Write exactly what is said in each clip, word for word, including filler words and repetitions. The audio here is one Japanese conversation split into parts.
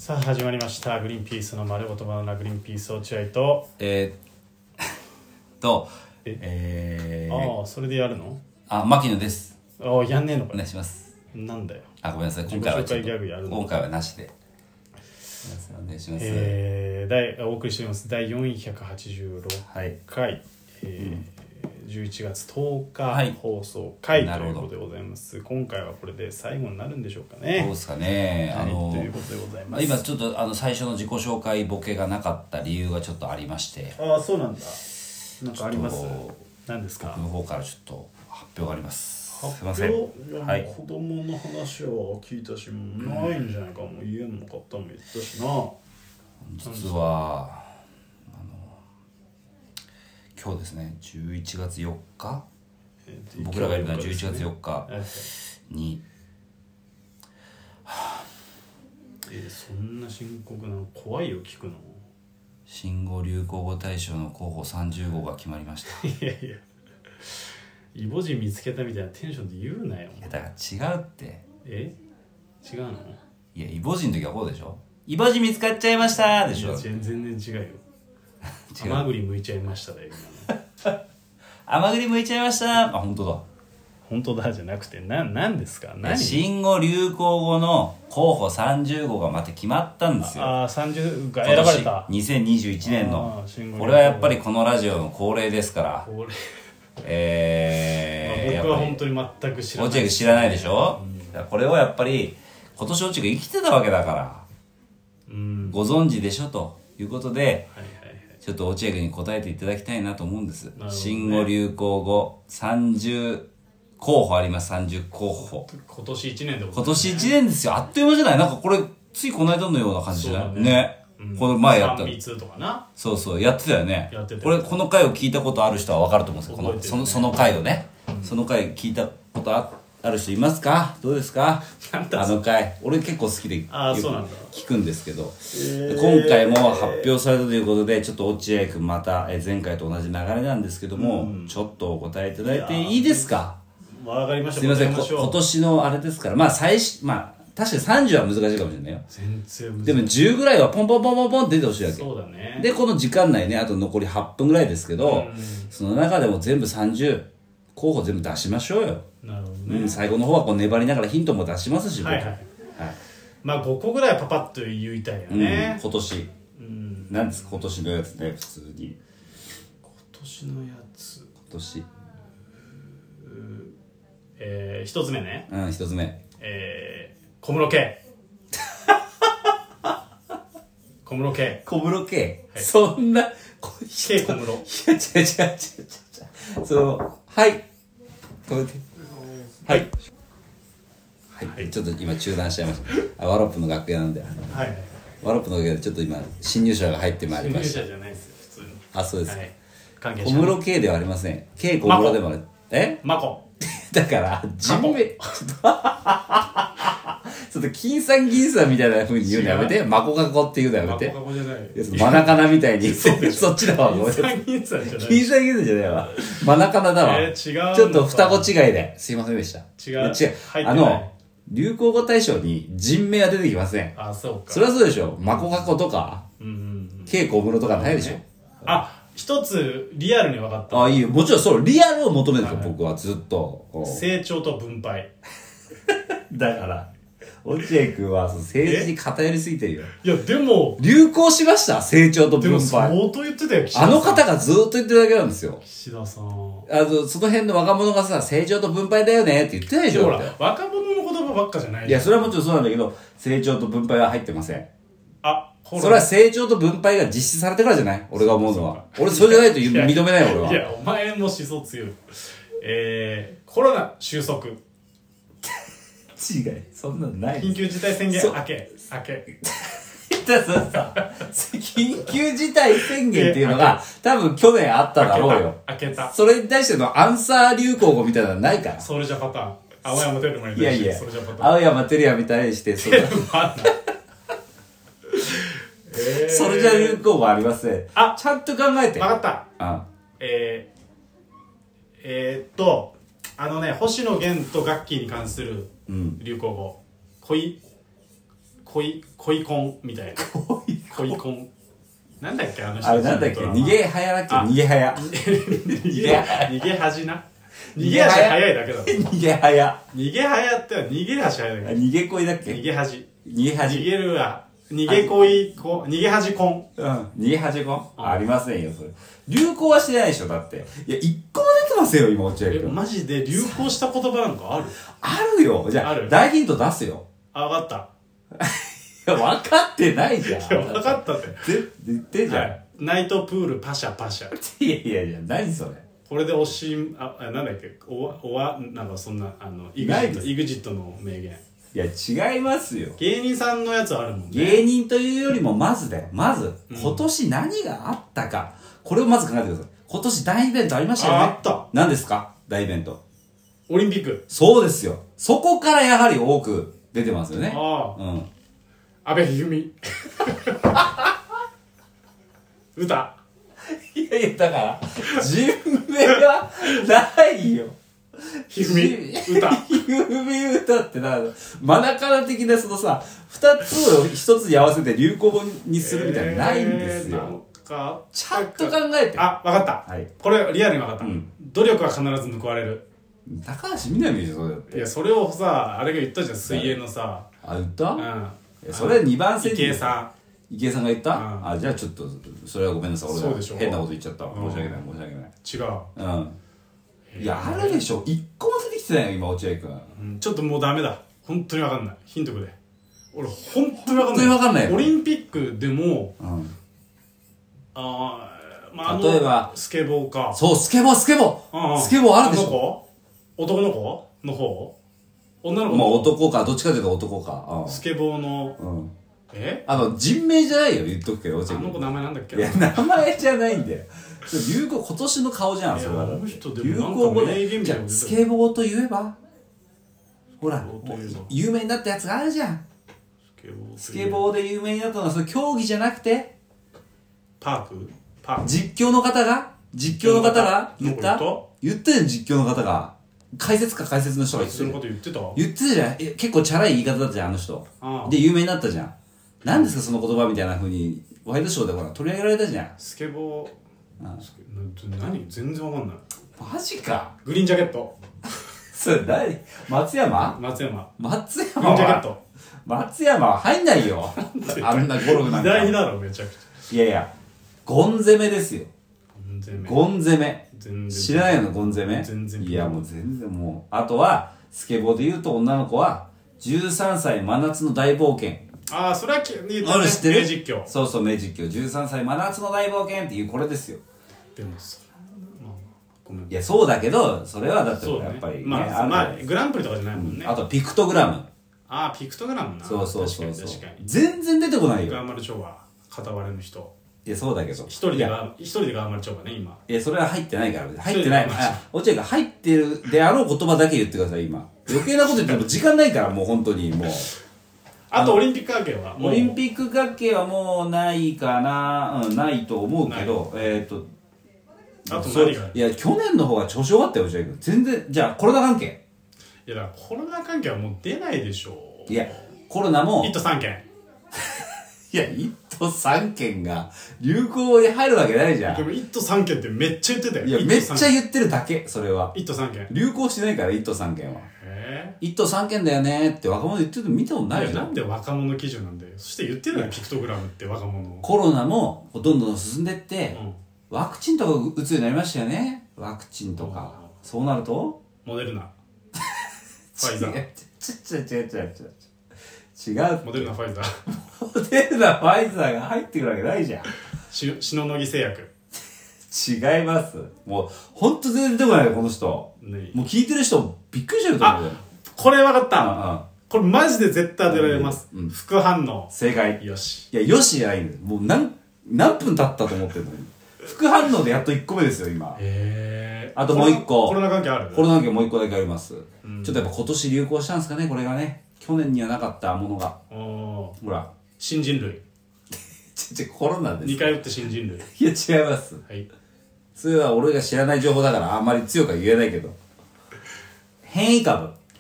さあ始まりましたグリーンピースの丸ごとバナナグリーンピース落合とえー、とえ、 えー、 ああそれでやるの？ あ、牧野です。 ああやんねえのかお願いします。 なんだよ。 あ、ごめんなさい、今回はちょっと自己紹介ギャグやるの今回はなしで。すみません、お願いします。 えー、第お送りしております第よんひゃくはちじゅうろっかい、はいえー、じゅういちがつとおか、はい、放送回ということでございます。今回はこれで最後になるんでしょうかね。 どうですかね、 はい、 あのということでございます。 今ちょっとあの最初の自己紹介ボケがなかった理由がちょっとありまして。 ああそうなんだ。なんかあります？何ですか？ 僕の方からちょっと発表があります。 発表？ すいません。 いや、はい、子供の話は聞いたし、もうないんじゃないか、うん、もう家の方も言ったしな。 実はあの今日ですね、じゅういちがつよっか、えー、僕らがいるのはじゅういちがつよっかに、 はあ、えー、そんな深刻なの？怖いよ聞くの。 新語・流行語大賞の候補さんじゅうごうが決まりました。 いやいや、イボジ見つけたみたいなテンションで言うなよ。 いやだから違うって。 え？違うの？ いや、イボジの時はこうでしょ。イボジ見つかっちゃいましたでしょ。 全然違うよ。甘栗剥いちゃいましただよ今の。 甘栗剥いちゃいました。あ、本当だ。 本当だじゃなくて、な、なんですか？何？ 新語・流行語の候補さんじゅうごうがまた決まったんですよ。 ああ、さんじゅうが選ばれた。 にせんにじゅういちねんの。これはやっぱりこのラジオの恒例ですから。恒例。えー、 まあ、僕は本当に全く知らない。 落合君知らないでしょ、うん、だからこれをやっぱり今年落合君生きてたわけだから、うん、ご存知でしょということで、はいはいはい、ちょっと落合君に答えていただきたいなと思うんです、ね、新語・流行語さんじゅう候補あります。さんじゅう候補。 今年いちねんでございます、ね、 今年いちねんですよ。あっという間じゃない？なんかこれついこの間のような感じじゃない？ね, ね、うん、この前やったみっつとかな。 そうそうやってたよね。 やってた。 これこの回を聞いたことある人は分かると思うんですよ。このそのその回をね、うん、その回聞いたことあある人いますか？どうですか？あの回俺結構好きでよく聞くんですけど、今回も発表されたということで、ちょっと落合君また前回と同じ流れなんですけども、うん、ちょっとお答えいただいていいですか？ わかりました。 すいません、今年のあれですから、まあ最初、まあ確かにさんじゅうは難しいかもしれないよ。 全然難しい。 でもじゅうぐらいはポンポンポンポンポンって出てほしいわけ。 そうだね。 で、この時間内ね、あと残りはっぷんぐらいですけど、うん、その中でも全部さんじゅう候補全部出しましょうよ。 なるほどね。 うん、最後の方はこう粘りながらヒントも出しますし、 はいはい。はい。まあごこぐらいはパパッと言いたいよね。 うん、今年。うん。なんですか、今年のやつね、普通に。 今年のやつ。 今年。 えー、一つ目ね。 うん、一つ目。 えー、小室圭。小室圭。 小室圭、はい、そんな、 圭小室。いや、違う違う違う違う。その、はい。止めて。はい。はい。はい、ちょっと今中断しちゃいました。ワロップの楽屋なんで。はいはい。ワロップの楽屋でちょっと今、新入社が入ってまいりました。 新入社じゃないですよ、普通に。 あ、そうです。 はい。 小室圭ではありません。圭小室でもある。えマコ。だから、人名、ちょっと、ちょっと、金さん銀さんみたいな風に言うのやめて、マコカコって言うのやめて。 マコカコじゃない。 マナカナみたいに、そっちだわ、 ごめんなさい。金さん銀さんじゃない。 金さん銀さんじゃないわ。マナカナだわ。 えー、違う。 ちょっと双子違いで、すいませんでした。 違う。 違う。あの、流行語大賞に人名は出てきません。 あ、そうか。 それはそうでしょ。マコカコとか、うんうん。K小室とかないでしょ。 あ、一つリアルに分かった。 あ、いいよ。もちろんそう、リアルを求めるんですよ、僕はずっと。 成長と分配。 だから、落合君は政治に偏りすぎてるよ。 いや、でも。 流行しました、成長と分配。でも相当言ってたよ、 岸田さん。あの方がずっと言ってるだけなんですよ。 岸田さん。 あの、その辺の若者がさ、成長と分配だよねって言ってないでしょ。 ほら、若者の言葉ばっかじゃない。 いや、それはもちろんそうなんだけど、成長と分配は入ってません。 あ、 それは成長と分配が実施されてからじゃない？俺が思うのは。俺それじゃないと認めないよ、俺は。 いや、お前も思想強い。えー、コロナ収束。違い、そんなのない。 緊急事態宣言明け、明け。 だからさ、緊急事態宣言っていうのが、多分去年あっただろうよ。 明けた。 それに対してのアンサー流行語みたいなのないから。 ソルジャパターン。青山テルマに対してソルジャパターン。 いやいや、青山テルヤに対して、 それ。 えー、それじゃ流行語ありません。あ、ちゃんと考えて。 わかった。 あえー、えー、っと、あのね、星野源とガッキーに関する流行語。うん、恋、 恋恋コンみたいな恋コンなんだっけあの人あれなんだっけ逃げ早だっけ逃げ早逃げ逃げ恥な逃げ足早いだけだろ逃げ早逃げ早って逃げ足早いだけ逃げ恋だっけ逃げ恥逃げ恥逃げるわ逃げ恋こ逃げ恥コンうん逃げ恥コンありませんよそれ流行はしてないでしょだっていや一個も出てますよ今落合君マジで流行した言葉なんかあるあるよじゃあ大ヒント出すよあ分かったいや分かってないじゃんいや分かったって言ってんじゃん、はい、 ナイトプールパシャパシャいやいやいや何それこれでおしあなんだっけおわおわなんかそんなあの イグジット イグジットの名言いや違いますよ芸人さんのやつあるもんね芸人というよりもまずだよまず、うん、今年何があったかこれをまず考えてください今年大イベントありましたよねああった何ですか大イベントオリンピックそうですよそこからやはり多く出てますよねああうん阿部一二三歌いやいやだから人名はないよひふみ歌ひふみ歌ってなマナカナ的なそのさ二つを一つに合わせて流行語にするみたいなのないんですよ、えー、なんかちゃんと考えてあ分かった、はい、これリアルに分かった、うん、努力は必ず報われる高橋みなみでしょそれだっていやそれをさあれが言ったじゃん水泳のさあ言った、 うんそれにばん戦池江さん池江さんが言った、 うん、 あじゃあちょっとそれはごめんなさい俺が変なこと言っちゃった、 うん、 申し訳ない申し訳ない違ううんいやあるでしょ一個も出てきてないよ今落合君、 うん、ちょっともうダメだ本当に分かんないヒントくれ俺本当に分かんない本当に分かんないオリンピックでも、 うん、 あまあ例えばスケボーかそうスケボースケボー、うん、スケボーあるでしょ男の子の方女の子まあ男かどっちかというと男か、 うん、スケボーの、 うん、 えあの人名じゃないよ言っとくけどあの子名前なんだっけいや名前じゃないんだよ流行今年の顔じゃんそれは流行語でじゃあスケボーといえばほら有名になったやつがあるじゃんスケボーで有名になったのはそれ競技じゃなくてパークパーク実況の方が実況の方が言った言ったよ実況の方が解説か解説の人が言ってた。 そのこと言ってた言ってたじゃん。結構チャラい言い方だったじゃん、あの人。ああで、有名になったじゃん。何ですか、その言葉みたいな風に、ワイドショーでほら、取り上げられたじゃん。 スケボー。ああスケ何全然わかんない。 マジか。 グリーンジャケット。 それ何松山松山。 松山グリーンジャケット。 松山は入んないよ。あんなゴルフなんか。 偉大だろ、めちゃくちゃ。いやいや、ゴン攻めですよ。 ゴン攻め。 ゴン攻め。 全然知らないのゴン攻め全然いやもう全然もうあとはスケボーで言うと女の子はじゅうさんさい真夏の大冒険ああそれは言ったね知ってる名実況そうそう名実況じゅうさんさい真夏の大冒険っていうこれですよでもそまあごめんいやそうだけどそれはだってやっぱり、ねねまあ、まあグランプリとかじゃないもんね、 うん、あとピクトグラムああピクトグラムなそうそうそうそう確かに確かに全然出てこないよガーマルチョは片割れの人いやそうだけど一人でが一人で頑張っちゃうからね今いやそれは入ってないから入ってないあ落合が入ってるであろう言葉だけ言ってください今余計なこと言っても時間ないからもう本当にもうあとオリンピック関係はオリンピック関係はもうないかな、うん、ないと思うけどえっ、ー、とあと何がいや去年の方が調子良かったよ落合君全然じゃあコロナ関係いやだからコロナ関係はもう出ないでしょいやコロナもいっ都さんけんいや、いっ都さんけんが流行に入るわけないじゃん。 でもいっ都さんけんってめっちゃ言ってたよ。 いや、めっちゃ言ってるだけ、それは。 いっ都さんけん。 流行しないから、いっ都さんけんは。 へぇいっ都さんけんだよねって若者言ってるの見たことないじゃん。 いや、なんで若者基準なんだよ。そして言ってるのよ、ピクトグラムって若者。 コロナもどんどん進んでって、うん、ワクチンとか打つようになりましたよね。ワクチンとか。そうなるとモデルナ。ファイザー。 ちょ、ちょ、ちょ、ちょ、ちょ。違うモデルナファイザーモデルナファイザーが入ってくるわけないじゃんし篠野木製薬違いますもうほんと全然出てこないよこの人、ね、もう聞いてる人びっくりしてると思うよこれ分かった、 うんうん、 これマジで絶対当てられます、うんうん、副反応正解よしいやよしじゃないんだよもう何何分経ったと思ってるのに副反応でやっといっこめですよ今へーあともういっこコロナ関係あるコロナ関係もういっこだけあります、うん、ちょっとやっぱ今年流行したんですかねこれがね去年にはなかったものがほら新人類ちょちょコロナですにかい打って新人類いや違いますはいそれは俺が知らない情報だからあんまり強くは言えないけど変異株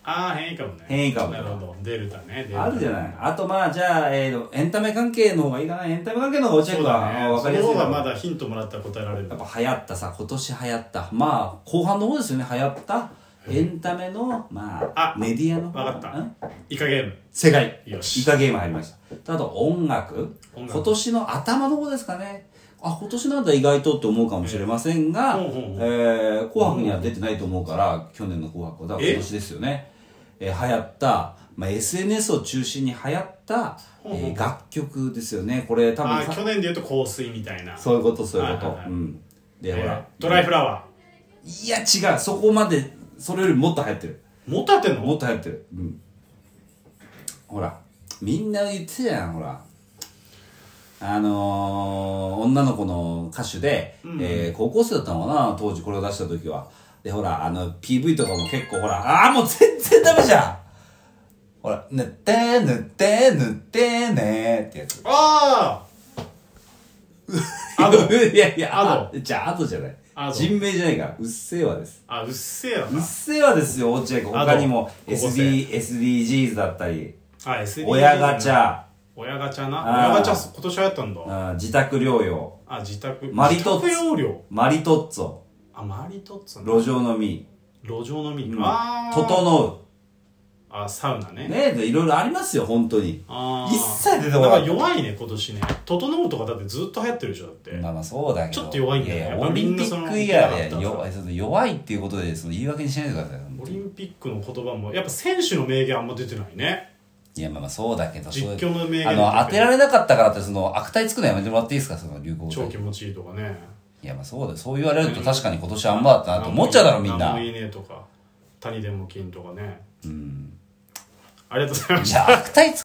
ああ変異株ね。 変異株。 なるほど。デルタね。デルタあるじゃない。あとまあじゃあ、えー、エンタメ関係の方がいいかな。エンタメ関係の方が落合君は分かりやすい。 その方がまだヒントもらったら答えられる。 やっぱ流行ったさ、今年流行ったまあ後半の方ですよね。流行ったエンタメのまあ、あメディアの方。分かった。イカゲーム。 正解。 よし。 イカゲーム入りました。あと音楽。今年の頭の方ですかね。あ、今年なんだ意外とって思うかもしれませんが、えーえー、紅白には出てないと思うから、去年の紅白はだから今年ですよね。えー、流行った、まあ、エスエヌエス を中心に流行った、えー、楽曲ですよね。これ多分あ、去年で言うと香水みたいな。 そういうことそういうこと。うん。で、えー、ほら。 ドライフラワー。いや違う。そこまで、それよりもっと流行ってる。 もっと流行ってんの？ もっと流行ってる。うん。ほら。みんな言ってたやん、ほら。あのー、女の子の歌手で、うん、えー、高校生だったのかな当時これを出した時は。で、ほら、あの、ピーブイ とかも結構ほら、ああ、もう全然ダメじゃんほら、塗って、塗って、塗ってねってやつ。 あああのいやいや、あのじゃあ、あとじゃない。人名じゃないから、うっせぇわです。 あ、うっせぇわか。 うっせぇわですよ、落合君。他にも エスディー、エスディージーズ だったり、 あ、エスディージーズ、 親ガチャ。 親ガチャな。親ガチャ今年流行ったんだ。 あ、自宅療養。 あ、自宅。 マリトッツォ。 自宅療養。 マリトッツォ。 あ、マリトッツォ。 路上飲み。 路上飲み。 うん、 ああ。 整う。 あ、サウナね。 ねえ、いろいろありますよ、本当に。 あ一切出てこない。 だから弱いね、今年ね。整うとかだってずっと流行ってるでしょ、だって。 まあまあそうだけど。 ちょっと弱いんだよね。 オリンピックイヤーで弱い、弱いっていうことでその言い訳にしないでください。 オリンピックの言葉も、やっぱ選手の名言あんま出てないね。 いやまあまあそうだけど、 実況の名言あの、当てられなかったからってその悪態つくのやめてもらっていいですか、その流行語。 超気持ちいいとかね。 いやまあそうだよ。そう言われると確かに今年あんまだったなと思っちゃうだろ、みんな。 何もいいねとか、谷でも金とかね。 うん。 ありがとうございました。 じゃあ悪態つ